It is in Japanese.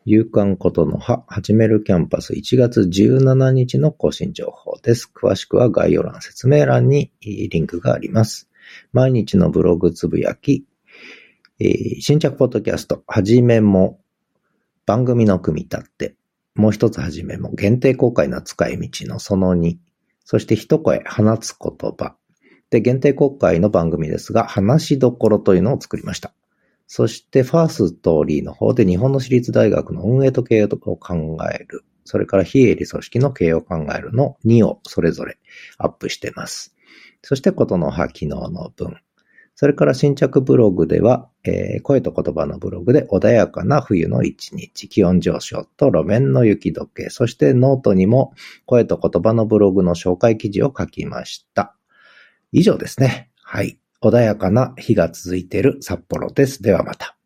夕刊ことの葉始めるキャンパス1月17日の更新情報です。詳しくは概要欄説明欄にリンクがあります。毎日のブログつぶやき、新着ポッドキャストはじめも番組の組み立て、もう一つはじめも限定公開の使い道のその2、そして一声放つ言葉で、限定公開の番組ですが話しどころというのを作りました。そしてファーストーリーの方で日本の私立大学の運営と経営を考える、それから非営利組織の経営を考えるの2をそれぞれアップしています。そしてことの葉昨日の分、それから新着ブログでは、声と言葉のブログで穏やかな冬の一日、気温上昇と路面の雪解け、そしてノートにも声と言葉のブログの紹介記事を書きました。以上ですね。はい。穏やかな日が続いている札幌です。ではまた。